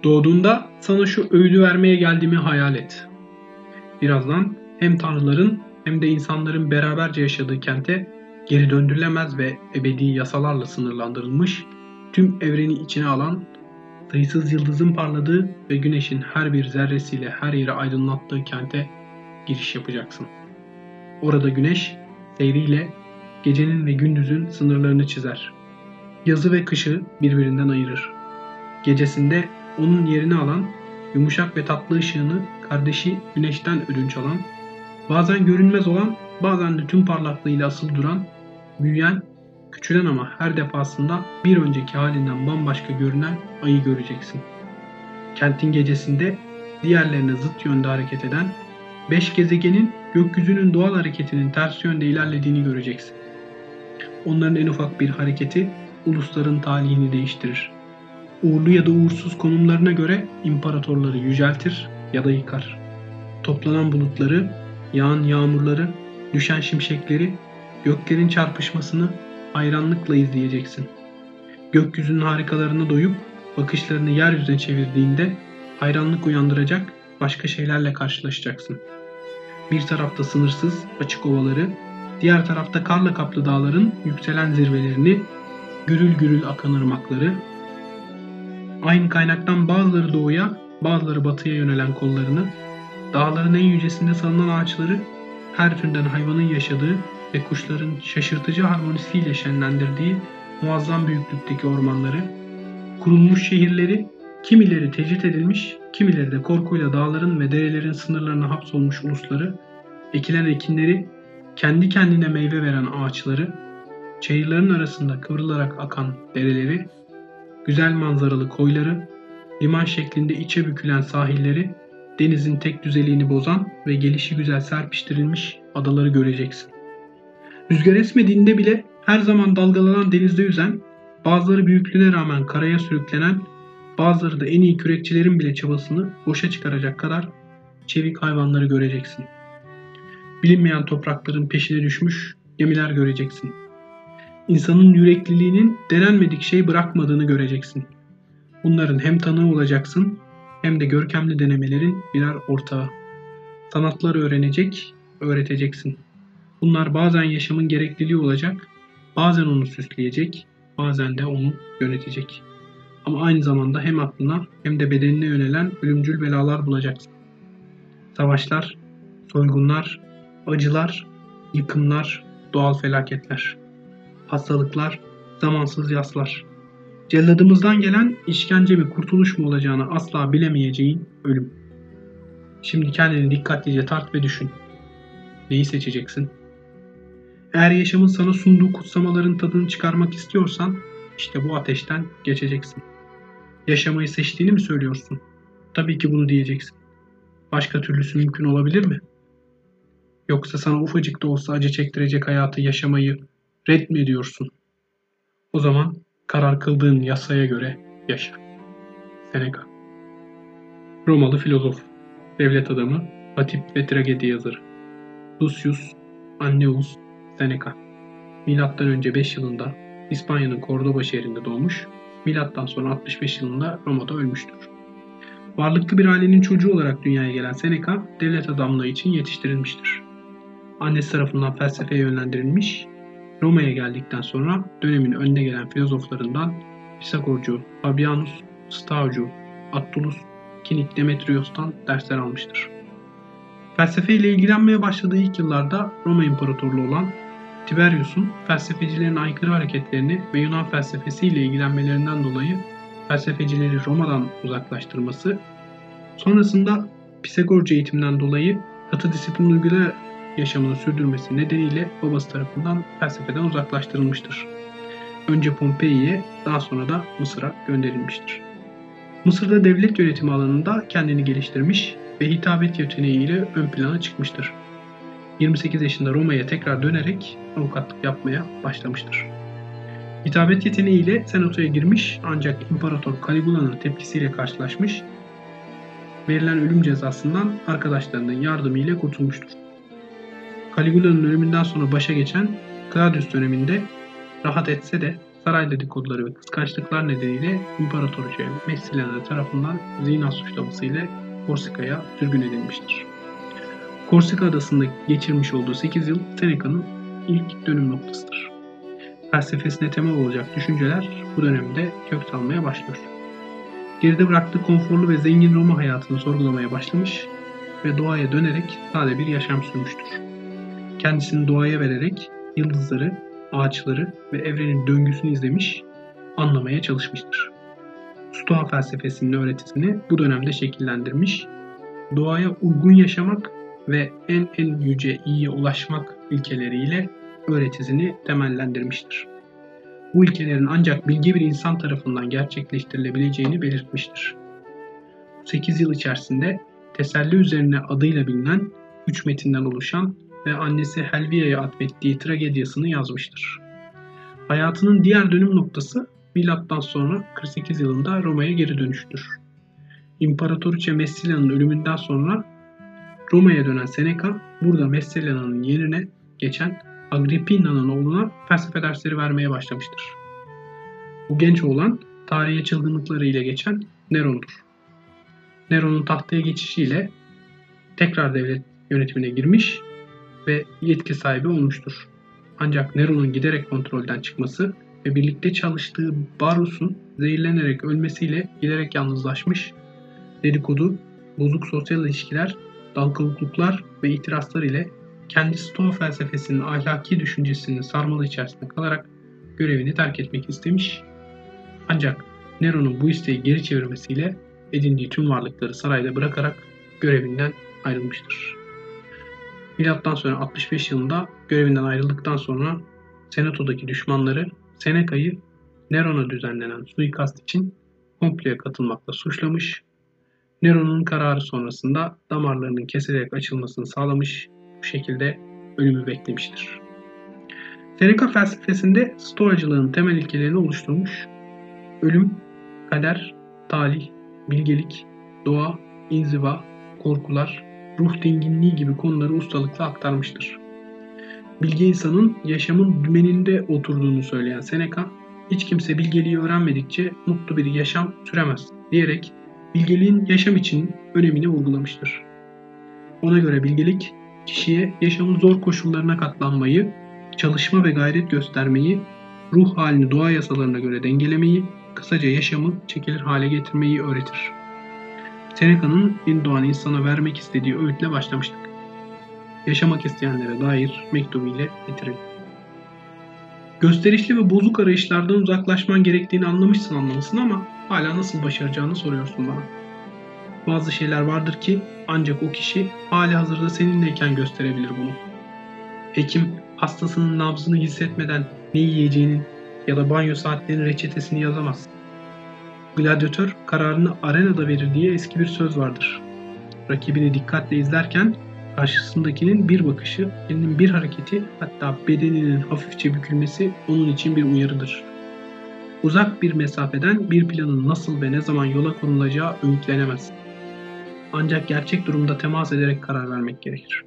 Doğduğunda sana şu öğüdü vermeye geldiğimi hayal et. Birazdan hem tanrıların hem de insanların beraberce yaşadığı kente geri döndürülemez ve ebedi yasalarla sınırlandırılmış, tüm evreni içine alan, sayısız yıldızın parladığı ve güneşin her bir zerresiyle her yeri aydınlattığı kente giriş yapacaksın. Orada güneş seyriyle gecenin ve gündüzün sınırlarını çizer. Yazı ve kışı birbirinden ayırır. Gecesinde onun yerini alan, yumuşak ve tatlı ışığını kardeşi güneşten ödünç alan, bazen görünmez olan, bazen de tüm parlaklığıyla asıl duran, büyüyen, küçülen ama her defasında bir önceki halinden bambaşka görünen ayı göreceksin. Kentin gecesinde diğerlerine zıt yönde hareket eden, 5 gezegenin gökyüzünün doğal hareketinin ters yönde ilerlediğini göreceksin. Onların en ufak bir hareketi ulusların talihini değiştirir. Uğurlu ya da uğursuz konumlarına göre imparatorları yüceltir ya da yıkar. Toplanan bulutları, yağan yağmurları, düşen şimşekleri, göklerin çarpışmasını hayranlıkla izleyeceksin. Gökyüzünün harikalarına doyup bakışlarını yeryüzüne çevirdiğinde hayranlık uyandıracak başka şeylerle karşılaşacaksın. Bir tarafta sınırsız açık ovaları, diğer tarafta karla kaplı dağların yükselen zirvelerini, gürül gürül akan ırmakları, aynı kaynaktan bazıları doğuya, bazıları batıya yönelen kollarını, dağların en yücesinde salınan ağaçları, her türden hayvanın yaşadığı ve kuşların şaşırtıcı harmonisiyle şenlendirdiği muazzam büyüklükteki ormanları, kurulmuş şehirleri, kimileri tecrit edilmiş, kimileri de korkuyla dağların ve derelerin sınırlarına hapsolmuş ulusları, ekilen ekinleri, kendi kendine meyve veren ağaçları, çayırların arasında kıvrılarak akan dereleri, güzel manzaralı koyları, liman şeklinde içe bükülen sahilleri, denizin tek düzeliğini bozan ve gelişi güzel serpiştirilmiş adaları göreceksin. Rüzgar esmediğinde bile her zaman dalgalanan denizde yüzen, bazıları büyüklüğüne rağmen karaya sürüklenen, bazıları da en iyi kürekçilerin bile çabasını boşa çıkaracak kadar çevik hayvanları göreceksin. Bilinmeyen toprakların peşine düşmüş gemiler göreceksin. İnsanın yürekliliğinin denenmedik şey bırakmadığını göreceksin. Bunların hem tanığı olacaksın hem de görkemli denemelerin birer ortağı. Sanatları öğrenecek, öğreteceksin. Bunlar bazen yaşamın gerekliliği olacak, bazen onu süsleyecek, bazen de onu yönetecek. Ama aynı zamanda hem aklına hem de bedenine yönelen ölümcül belalar bulacaksın. Savaşlar, soygunlar, acılar, yıkımlar, doğal felaketler, hastalıklar, zamansız yaslar. Celladımızdan gelen işkence mi kurtuluş mu olacağını asla bilemeyeceğin ölüm. Şimdi kendini dikkatlice tart ve düşün. Neyi seçeceksin? Eğer yaşamın sana sunduğu kutsamaların tadını çıkarmak istiyorsan işte bu ateşten geçeceksin. Yaşamayı seçtiğini mi söylüyorsun? Tabii ki bunu diyeceksin. Başka türlüsü mümkün olabilir mi? Yoksa sana ufacık da olsa acı çektirecek hayatı yaşamayı red mi ediyorsun? O zaman karar kıldığın yasaya göre yaşa. Seneca. Romalı filozof, devlet adamı, hatip ve tragedi yazarı. Lucius Annaeus Seneca. Milattan önce 5 yılında İspanya'nın Cordoba şehrinde doğmuş, milattan sonra 65 yılında Roma'da ölmüştür. Varlıklı bir ailenin çocuğu olarak dünyaya gelen Seneca, devlet adamlığı için yetiştirilmiştir. Annesi tarafından felsefeye yönlendirilmiş, Roma'ya geldikten sonra dönemin önde gelen filozoflarından Pisagorcu, Fabianus, Stoicu, Attulus, Kinik Demetrios'tan dersler almıştır. Felsefeyle ilgilenmeye başladığı ilk yıllarda Roma İmparatorluğu olan Tiberius'un felsefecilerin aykırı hareketlerini ve Yunan felsefesiyle ilgilenmelerinden dolayı felsefecileri Roma'dan uzaklaştırması, sonrasında Pisagorcu eğitimden dolayı katı disiplin uygulayarak yaşamını sürdürmesi nedeniyle babası tarafından felsefeden uzaklaştırılmıştır. Önce Pompei'ye, daha sonra da Mısır'a gönderilmiştir. Mısır'da devlet yönetimi alanında kendini geliştirmiş ve hitabet yeteneğiyle ön plana çıkmıştır. 28 yaşında Roma'ya tekrar dönerek avukatlık yapmaya başlamıştır. Hitabet yeteneğiyle senatoya girmiş ancak İmparator Caligula'nın tepkisiyle karşılaşmış, verilen ölüm cezasından arkadaşlarının yardımıyla kurtulmuştur. Caligula'nın ölümünden sonra başa geçen Claudius döneminde rahat etse de saray dedikoduları ve kıskançlıklar nedeniyle İmparatoriçe Messilena tarafından zina suçlaması ile Korsika'ya sürgün edilmiştir. Korsika adasında geçirmiş olduğu 8 yıl Seneca'nın ilk dönüm noktasıdır. Felsefesine temel olacak düşünceler bu dönemde kök salmaya başlıyor. Geride bıraktığı konforlu ve zengin Roma hayatını sorgulamaya başlamış ve doğaya dönerek sade bir yaşam sürmüştür. Kendisini doğaya vererek yıldızları, ağaçları ve evrenin döngüsünü izlemiş, anlamaya çalışmıştır. Stoa felsefesinin öğretisini bu dönemde şekillendirmiş, doğaya uygun yaşamak ve en yüce iyiye ulaşmak ilkeleriyle öğretisini temellendirmiştir. Bu ilkelerin ancak bilge bir insan tarafından gerçekleştirilebileceğini belirtmiştir. 8 yıl içerisinde teselli üzerine adıyla bilinen 3 metinden oluşan ve annesi Helvia'ya atfettiği tragedyasını yazmıştır. Hayatının diğer dönüm noktası milattan sonra 48 yılında Roma'ya geri dönüştür. İmparatoriçe Messila'nın ölümünden sonra Roma'ya dönen Seneca, burada Messila'nın yerine geçen Agrippina'nın oğluna felsefe dersleri vermeye başlamıştır. Bu genç oğlan tarihe çılgınlıkları ile geçen Neron'dur. Neron'un tahtaya geçişiyle tekrar devlet yönetimine girmiş ve yetki sahibi olmuştur. Ancak Neron'un giderek kontrolden çıkması ve birlikte çalıştığı Varus'un zehirlenerek ölmesiyle giderek yalnızlaşmış, dedikodu, bozuk sosyal ilişkiler, dalgınlıklar ve itirazlar ile kendi Stoa felsefesinin ahlaki düşüncesinin sarmalı içerisinde kalarak görevini terk etmek istemiş. Ancak Nero'nun bu isteği geri çevirmesiyle edindiği tüm varlıkları sarayda bırakarak görevinden ayrılmıştır. Milattan sonra 65 yılında görevinden ayrıldıktan sonra Senato'daki düşmanları Seneca'yı Neron'a düzenlenen suikast için komploya katılmakla suçlamış. Neron'un kararı sonrasında damarlarının kesilerek açılmasını sağlamış, bu şekilde ölümü beklemiştir. Seneca felsefesinde Stoacılığın temel ilkelerini oluşturmuş. Ölüm, kader, talih, bilgelik, doğa, inziva, korkular, ruh dinginliği gibi konuları ustalıkla aktarmıştır. Bilge insanın yaşamın dümeninde oturduğunu söyleyen Seneca, hiç kimse bilgeliği öğrenmedikçe mutlu bir yaşam süremez diyerek bilgeliğin yaşam için önemini vurgulamıştır. Ona göre bilgelik, kişiye yaşamın zor koşullarına katlanmayı, çalışma ve gayret göstermeyi, ruh halini doğa yasalarına göre dengelemeyi, kısaca yaşamı çekilir hale getirmeyi öğretir. Seneca'nın yeni doğan insana vermek istediği öğütle başlamıştık. Yaşamak isteyenlere dair mektubu ile bitirelim. Gösterişli ve bozuk arayışlardan uzaklaşman gerektiğini anlamışsın ama hala nasıl başaracağını soruyorsun bana. Bazı şeyler vardır ki ancak o kişi hali hazırda seninleyken gösterebilir bunu. Hekim hastasının nabzını hissetmeden ne yiyeceğinin ya da banyo saatlerinin reçetesini yazamaz. Gladyatör kararını arenada verir diye eski bir söz vardır. Rakibini dikkatle izlerken karşısındakinin bir bakışı, elinin bir hareketi, hatta bedeninin hafifçe bükülmesi onun için bir uyarıdır. Uzak bir mesafeden bir planın nasıl ve ne zaman yola konulacağı öğütlenemez. Ancak gerçek durumda temas ederek karar vermek gerekir.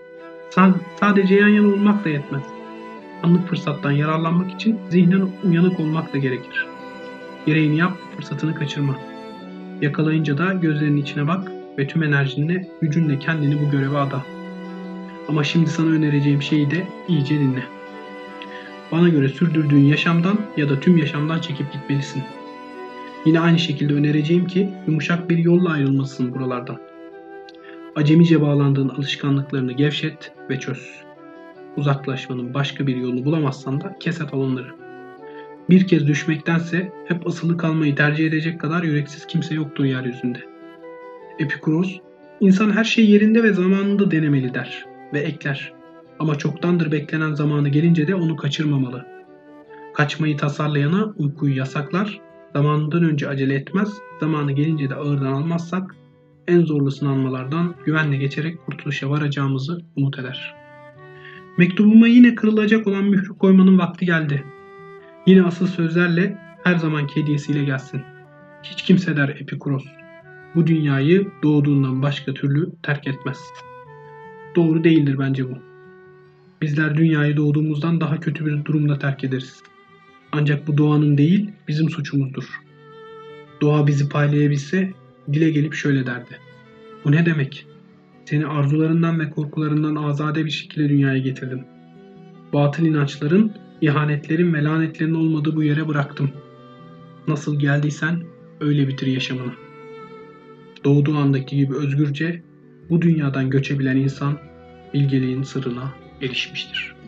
Sadece yan yana olmak da yetmez. Anlık fırsattan yararlanmak için zihnen uyanık olmak da gerekir. Gereğini yap, fırsatını kaçırma. Yakalayınca da gözlerinin içine bak ve tüm enerjinle, gücünle kendini bu göreve ada. Ama şimdi sana önereceğim şeyi de iyice dinle. Bana göre sürdürdüğün yaşamdan ya da tüm yaşamdan çekip gitmelisin. Yine aynı şekilde önereceğim ki yumuşak bir yolla ayrılmalısın buralardan. Acemice bağlandığın alışkanlıklarını gevşet ve çöz. Uzaklaşmanın başka bir yolunu bulamazsan da kes et onları. Bir kez düşmektense hep asılı kalmayı tercih edecek kadar yüreksiz kimse yoktur yeryüzünde. Epikuros, insan her şey yerinde ve zamanında denemeli der ve ekler. Ama çoktandır beklenen zamanı gelince de onu kaçırmamalı. Kaçmayı tasarlayana uykuyu yasaklar, zamanından önce acele etmez, zamanı gelince de ağırdan almazsak, en zorlu sınanmalardan güvenle geçerek kurtuluşa varacağımızı umut eder. Mektubuma yine kırılacak olan mührü koymanın vakti geldi. Yine asıl sözlerle her zamanki hediyesiyle gelsin. Hiç kimse der Epikuros, bu dünyayı doğduğundan başka türlü terk etmez. Doğru değildir bence bu. Bizler dünyayı doğduğumuzdan daha kötü bir durumda terk ederiz. Ancak bu doğanın değil, bizim suçumuzdur. Doğa bizi paylayabilse dile gelip şöyle derdi: "Bu ne demek? Seni arzularından ve korkularından azade bir şekilde dünyaya getirdim. Batıl inançların, ihanetlerin ve lanetlerin olmadığı bu yere bıraktım. Nasıl geldiysen öyle bitir yaşamını." Doğduğu andaki gibi özgürce bu dünyadan göçebilen insan bilgeliğin sırrına erişmiştir.